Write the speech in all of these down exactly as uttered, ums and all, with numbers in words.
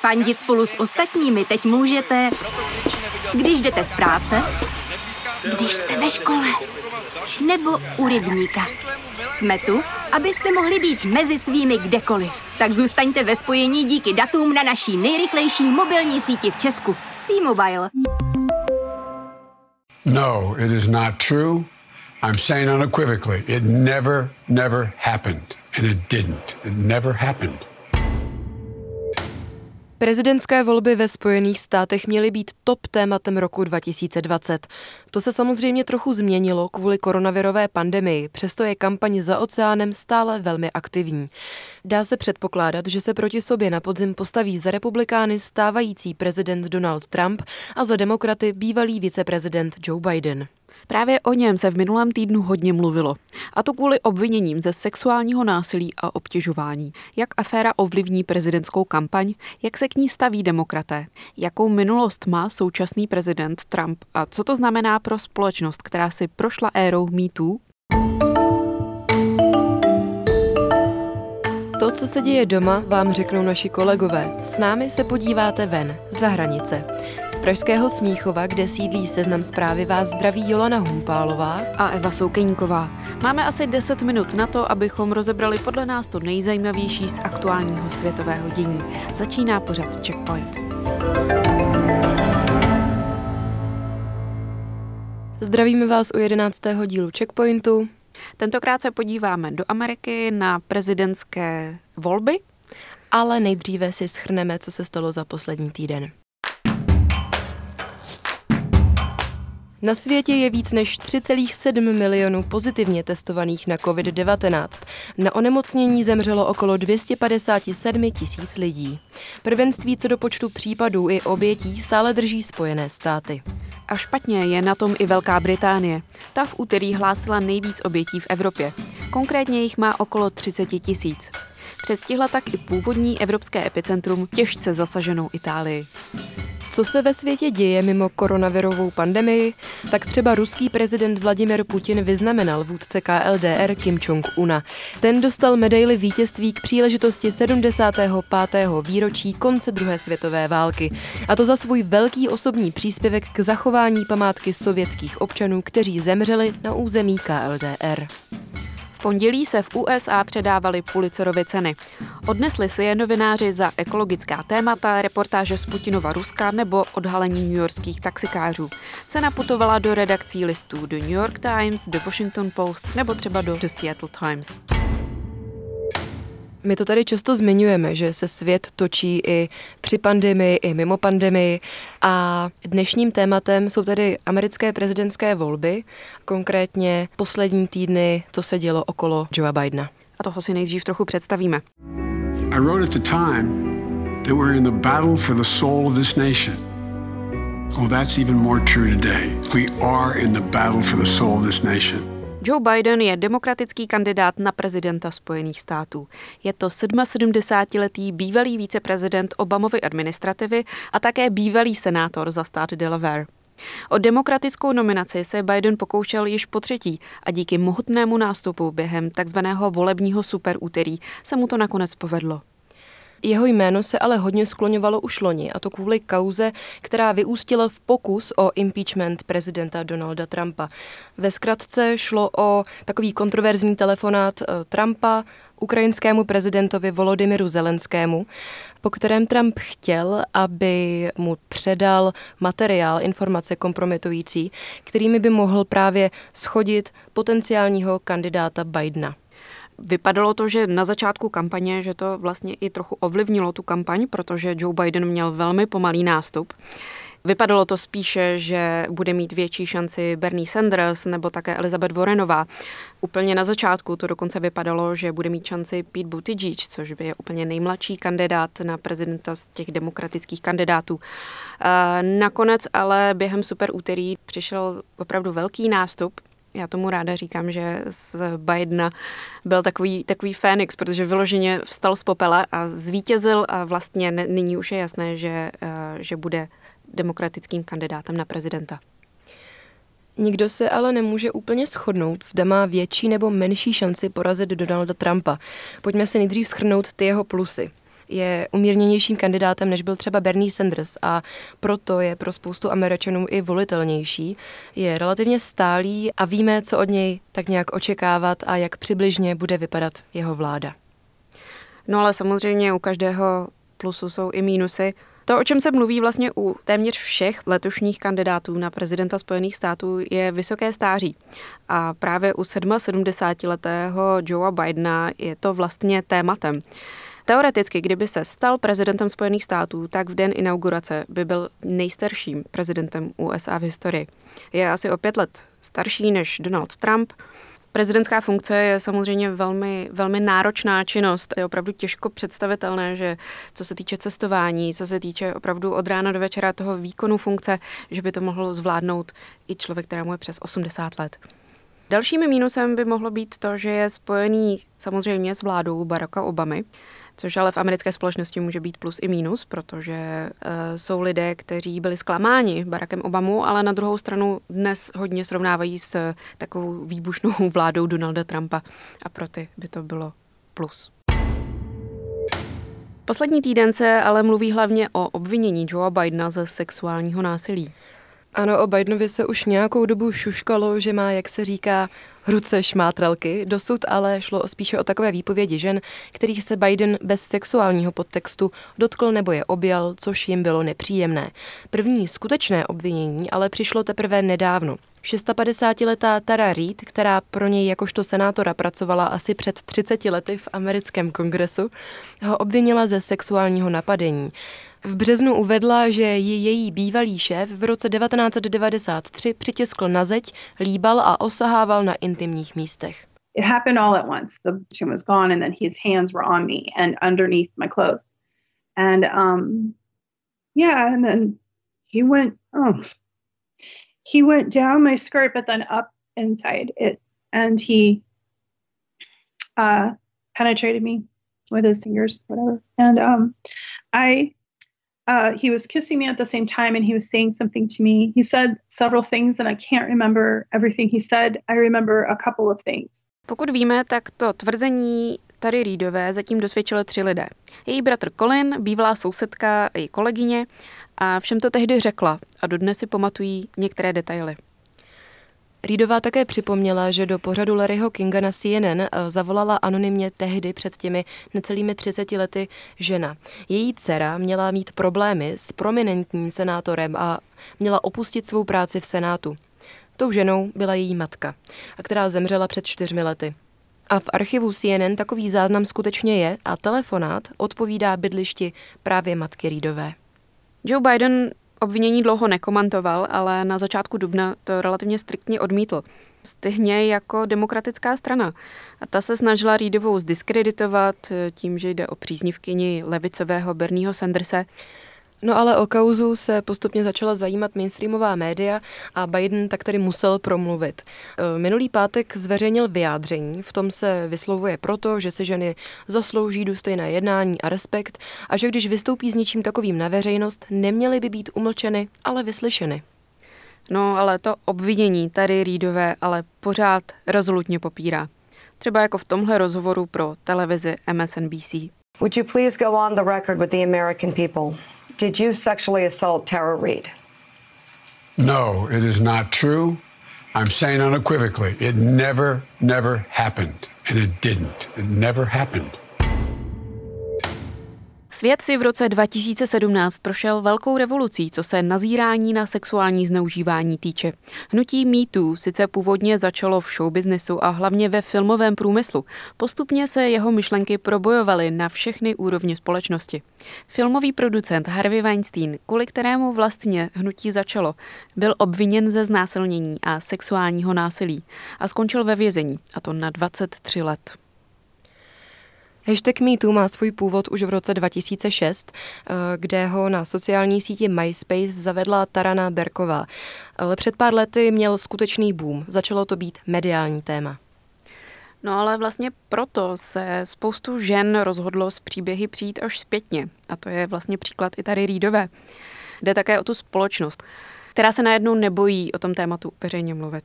Fandit spolu s ostatními teď můžete, když jdete z práce, když jste ve škole, nebo u rybníka. Jsme tu, abyste mohli být mezi svými kdekoliv. Tak zůstaňte ve spojení díky datům na naší nejrychlejší mobilní síti v Česku. T-Mobile. No, it is not true. I'm saying unequivocally, it never, never happened. And it didn't. It never happened. Prezidentské volby ve Spojených státech měly být top tématem roku dva tisíce dvacet. To se samozřejmě trochu změnilo kvůli koronavirové pandemii, přesto je kampaň za oceánem stále velmi aktivní. Dá se předpokládat, že se proti sobě na podzim postaví za republikány stávající prezident Donald Trump a za demokraty bývalý viceprezident Joe Biden. Právě o něm se v minulém týdnu hodně mluvilo. A to kvůli obviněním ze sexuálního násilí a obtěžování. Jak aféra ovlivní prezidentskou kampaň, jak se k ní staví demokraté, jakou minulost má současný prezident Trump a co to znamená pro společnost, která si prošla érou Me Too. To, co se děje doma, vám řeknou naši kolegové. S námi se podíváte ven, za hranice. Z pražského Smíchova, kde sídlí Seznam Zprávy, vás zdraví Jolana Humpálová a Eva Soukeníková. Máme asi deset minut na to, abychom rozebrali podle nás to nejzajímavější z aktuálního světového dění. Začíná pořad Checkpoint. Zdravíme vás u jedenáctého dílu Checkpointu. Tentokrát se podíváme do Ameriky na prezidentské volby. Ale nejdříve si shrneme, co se stalo za poslední týden. Na světě je víc než tři celá sedm milionů pozitivně testovaných na covid devatenáct. Na onemocnění zemřelo okolo dvě stě padesát sedm tisíc lidí. Prvenství co do počtu případů i obětí stále drží Spojené státy. A špatně je na tom i Velká Británie. Ta v úterý hlásila nejvíc obětí v Evropě. Konkrétně jich má okolo třicet tisíc. Přestihla tak i původní evropské epicentrum těžce zasaženou Itálii. Co se ve světě děje mimo koronavirovou pandemii, tak třeba ruský prezident Vladimir Putin vyznamenal vůdce K L D R Kim Jong-una. Ten dostal medaili vítězství k příležitosti sedmdesátého pátého výročí konce druhé světové války. A to za svůj velký osobní příspěvek k zachování památky sovětských občanů, kteří zemřeli na území K L D R. V pondělí se v U S A předávaly Pulitzerovy ceny. Odnesli si je novináři za ekologická témata, reportáže z Putinova Ruska nebo odhalení newyorských taxikářů. Cena putovala do redakcí listů The New York Times, The Washington Post nebo třeba do The Seattle Times. My to tady často zmiňujeme, že se svět točí i při pandemii, i mimo pandemii a dnešním tématem jsou tady americké prezidentské volby, konkrétně poslední týdny, co se dělo okolo Joea Bidena. A toho si nejdřív trochu představíme. I wrote at the time that we're in the battle for the soul of this nation. Well, that's even more true today. We are in the battle for the soul of this nation. Joe Biden je demokratický kandidát na prezidenta Spojených států. Je to sedmdesátiletý bývalý viceprezident Obamovy administrativy a také bývalý senátor za stát Delaware. O demokratickou nominaci se Biden pokoušel již po třetí a díky mohutnému nástupu během takzvaného volebního superúterý se mu to nakonec povedlo. Jeho jméno se ale hodně skloňovalo už loni, a to kvůli kauze, která vyústila v pokus o impeachment prezidenta Donalda Trumpa. Ve zkratce šlo o takový kontroverzní telefonát Trumpa ukrajinskému prezidentovi Volodymyru Zelenskému, po kterém Trump chtěl, aby mu předal materiál, informace kompromitující, kterými by mohl právě shodit potenciálního kandidáta Bidena. Vypadalo to, že na začátku kampaně, že to vlastně i trochu ovlivnilo tu kampaň, protože Joe Biden měl velmi pomalý nástup. Vypadalo to spíše, že bude mít větší šanci Bernie Sanders nebo také Elizabeth Warrenová. Úplně na začátku to dokonce vypadalo, že bude mít šanci Pete Buttigieg, což je úplně nejmladší kandidát na prezidenta z těch demokratických kandidátů. Nakonec ale během super úterý přišel opravdu velký nástup. Já tomu ráda říkám, že z Bidena byl takový, takový Fénix, protože vyloženě vstal z popela a zvítězil a vlastně nyní už je jasné, že, že bude demokratickým kandidátem na prezidenta. Nikdo se ale nemůže úplně shodnout, zda má větší nebo menší šanci porazit Donalda Trumpa. Pojďme si nejdřív shrnout ty jeho plusy. Je umírněnějším kandidátem, než byl třeba Bernie Sanders a proto je pro spoustu Američanů i volitelnější. Je relativně stálý a víme, co od něj tak nějak očekávat a jak přibližně bude vypadat jeho vláda. No ale samozřejmě u každého plusu jsou i mínusy. To, o čem se mluví vlastně u téměř všech letošních kandidátů na prezidenta Spojených států, je vysoké stáří. A právě u sedmasedmdesátiletého Joea Bidena je to vlastně tématem. Teoreticky, kdyby se stal prezidentem Spojených států, tak v den inaugurace by byl nejstarším prezidentem U S A v historii. Je asi o pět let starší než Donald Trump. Prezidentská funkce je samozřejmě velmi, velmi náročná činnost. Je opravdu těžko představitelné, že co se týče cestování, co se týče opravdu od rána do večera toho výkonu funkce, že by to mohl zvládnout i člověk, kterému je přes osmdesát let. Dalším mínusem by mohlo být to, že je spojený samozřejmě s vládou Baracka Obamy, což ale v americké společnosti může být plus i mínus, protože uh, jsou lidé, kteří byli zklamáni Barackem Obamou, ale na druhou stranu dnes hodně srovnávají s takovou výbušnou vládou Donalda Trumpa a pro ty by to bylo plus. Poslední týden se ale mluví hlavně o obvinění Joea Bidena ze sexuálního násilí. Ano, o Bidenovi se už nějakou dobu šuškalo, že má, jak se říká, ruce šmátralky. Dosud ale šlo spíše o takové výpovědi žen, kterých se Biden bez sexuálního podtextu dotkl nebo je objal, což jim bylo nepříjemné. První skutečné obvinění ale přišlo teprve nedávno. šedesátiletá Tara Reid, která pro něj jakožto senátora pracovala asi před třiceti lety v americkém kongresu, ho obvinila ze sexuálního napadení. V březnu uvedla, že ji její bývalý šéf v roce devatenáct set devadesát tři přitiskl na zeď, líbal a osahával na intimních místech. It happened all at once. The she was gone and then his hands were on me and underneath my clothes. And um yeah, and then he went oh he went down my skirt but then up inside it and he uh penetrated me with his fingers, whatever. And um I Uh, he was kissing me at the same time and he was saying something to me. He said several things and I can't remember everything he said. I remember a couple of things. Pokud víme, tak to tvrzení Tary Reidové zatím dosvědčili tři lidé. Její bratr Colin, bývalá sousedka a její kolegyně a všem to tehdy řekla a dodnes si pamatují některé detaily. Reidová také připomněla, že do pořadu Larryho Kinga na C N N zavolala anonymně tehdy před těmi necelými třiceti lety žena. Její dcera měla mít problémy s prominentním senátorem a měla opustit svou práci v Senátu. Tou ženou byla její matka, a která zemřela před čtyřmi lety. A v archivu C N N takový záznam skutečně je a telefonát odpovídá bydlišti právě matky Reidové. Joe Biden obvinění dlouho nekomentoval, ale na začátku dubna to relativně striktně odmítl. Stejně jako demokratická strana. A ta se snažila Reidovou zdiskreditovat tím, že jde o příznivkyni levicového Bernieho Sanderse. No ale o kauzu se postupně začala zajímat mainstreamová média a Biden tak tedy musel promluvit. Minulý pátek zveřejnil vyjádření, v tom se vyslovuje proto, že si ženy zaslouží důstojné jednání a respekt a že když vystoupí s něčím takovým na veřejnost, neměly by být umlčeny, ale vyslyšeny. No ale to obvinění Tary Reidové ale pořád rezolutně popírá. Třeba jako v tomhle rozhovoru pro televizi M S N B C. Would you please go on the record with the American people? Did you sexually assault Tara Reid? No, it is not true. I'm saying unequivocally, it never, never happened. And it didn't. It never happened. Svět si v roce dva tisíce sedmnáct prošel velkou revolucí, co se nazírání na sexuální zneužívání týče. Hnutí Me Too sice původně začalo v showbiznesu a hlavně ve filmovém průmyslu. Postupně se jeho myšlenky probojovaly na všechny úrovně společnosti. Filmový producent Harvey Weinstein, kvůli kterému vlastně hnutí začalo, byl obviněn ze znásilnění a sexuálního násilí a skončil ve vězení, a to na dvacet tři let. Hashtag MeToo má svůj původ už v roce dva tisíce šest, kde ho na sociální síti MySpace zavedla Tarana Berková. Ale před pár lety měl skutečný boom. Začalo to být mediální téma. No ale vlastně proto se spoustu žen rozhodlo z příběhy přijít až zpětně. A to je vlastně příklad i Tary Reidové. Jde také o tu společnost, která se najednou nebojí o tom tématu veřejně mluvit.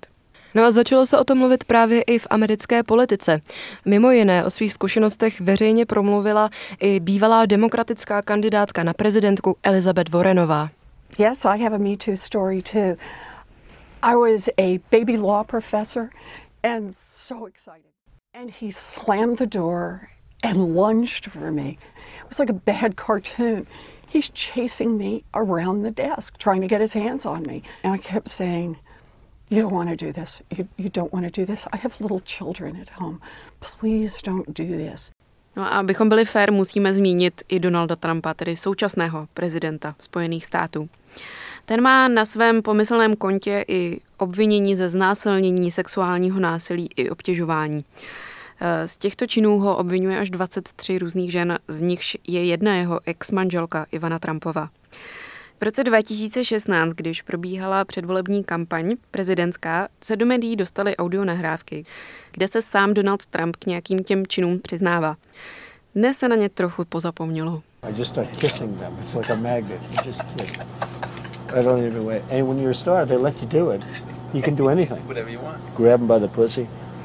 No a začalo se o tom mluvit právě i v americké politice. Mimo jiné o svých zkušenostech veřejně promluvila i bývalá demokratická kandidátka na prezidentku Elizabeth Warrenová. Yes, I have a Me Too story too. I was a baby law professor and so excited. And he slammed the door and lunged for me. It was like a bad cartoon. He's chasing me around the desk, trying to get his hands on me. And I kept saying, you don't want to do this. You, you don't want to do this. I have little children at home. Please don't do this. No a abychom byli fair, musíme zmínit i Donalda Trumpa, tedy současného prezidenta Spojených států. Ten má na svém pomyslném kontě i obvinění ze znásilnění, sexuálního násilí i obtěžování. Z těchto činů ho obvinuje až dvacet tři různých žen, z nichž je jedna jeho ex-manželka Ivana Trumpova. V roce dva tisíce šestnáct, když probíhala předvolební kampaň prezidentská, se do médií dostaly audionahrávky, kde se sám Donald Trump k nějakým těm činům přiznává. Dnes se na ně trochu pozapomnělo. I just start kissing them. It's like a magnet. You just kiss. I don't even wait. And when you're a star, they let you do it. You can do anything. Whatever you want. Grab them by the pussy.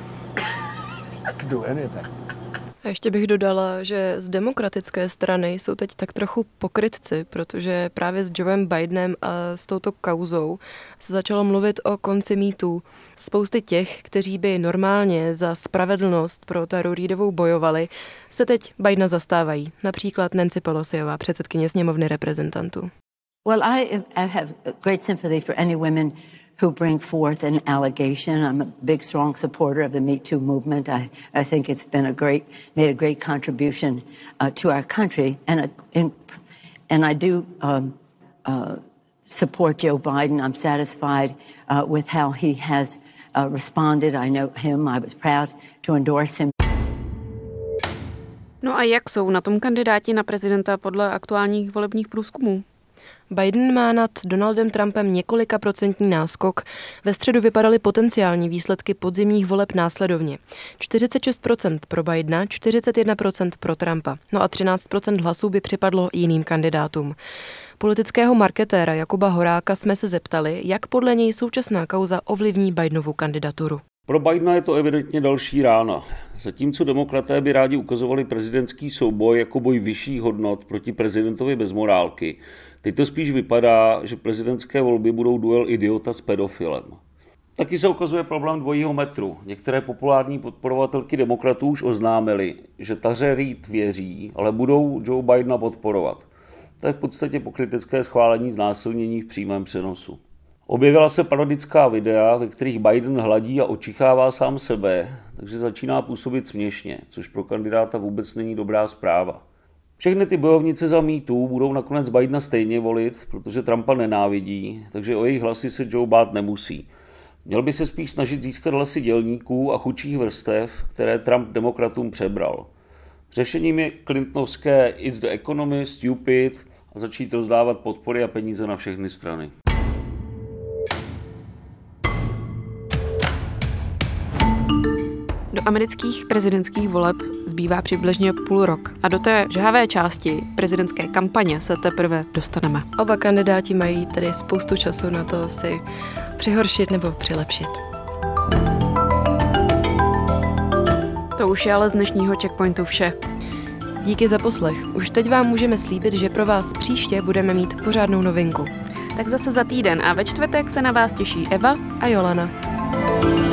You can do anything. A ještě bych dodala, že z demokratické strany jsou teď tak trochu pokrytci, protože právě s Joeem Bidenem a s touto kauzou se začalo mluvit o konci mýtů. Spousty těch, kteří by normálně za spravedlnost pro Taru Reidovou bojovali, se teď Bidena zastávají. Například Nancy Pelosiová, předsedkyně sněmovny reprezentantů. Well, I, I have great sympathy for any women who bring forth an allegation. I'm a big, strong supporter of the Me Too movement. I, I think it's been a great, made a great contribution uh, to our country, and a, in, and I do um, uh, support Joe Biden. I'm satisfied uh, with how he has uh, responded. I know him. I was proud to endorse him. No a jak jsou na tom kandidáti na prezidenta podle aktuálních volebních průzkumů? Biden má nad Donaldem Trumpem několika procentní náskok. Ve středu vypadaly potenciální výsledky podzimních voleb následovně. čtyřicet šest procent pro Bidena, čtyřicet jedna procent pro Trumpa. No a třináct procent hlasů by připadlo jiným kandidátům. Politického marketéra Jakuba Horáka jsme se zeptali, jak podle něj současná kauza ovlivní Bidenovu kandidaturu. Pro Bidena je to evidentně další rána. Zatímco demokraté by rádi ukazovali prezidentský souboj jako boj vyšších hodnot proti prezidentovi bez morálky, teď to spíš vypadá, že prezidentské volby budou duel idiota s pedofilem. Taky se ukazuje problém dvojího metru. Některé populární podporovatelky demokratů už oznámily, že Taře Reid věří, ale budou Joe Bidena podporovat. To je v podstatě pokrytecké schválení znásilnění v přímém přenosu. Objevila se parodická videa, ve kterých Biden hladí a očichává sám sebe, takže začíná působit směšně, což pro kandidáta vůbec není dobrá zpráva. Všechny ty bojovnice za Me Too budou nakonec Bidena stejně volit, protože Trumpa nenávidí, takže o jejich hlasy se Joe bát nemusí. Měl by se spíš snažit získat hlasy dělníků a chudších vrstev, které Trump demokratům přebral. Řešením je clintonovské It's the economy, stupid a začít rozdávat podpory a peníze na všechny strany. Do amerických prezidentských voleb zbývá přibližně půl rok a do té žhavé části prezidentské kampaně se teprve dostaneme. Oba kandidáti mají tedy spoustu času na to si přihoršit nebo přilepšit. To už je ale z dnešního Checkpointu vše. Díky za poslech. Už teď vám můžeme slíbit, že pro vás příště budeme mít pořádnou novinku. Tak zase za týden a ve čtvrtek se na vás těší Eva a Jolana.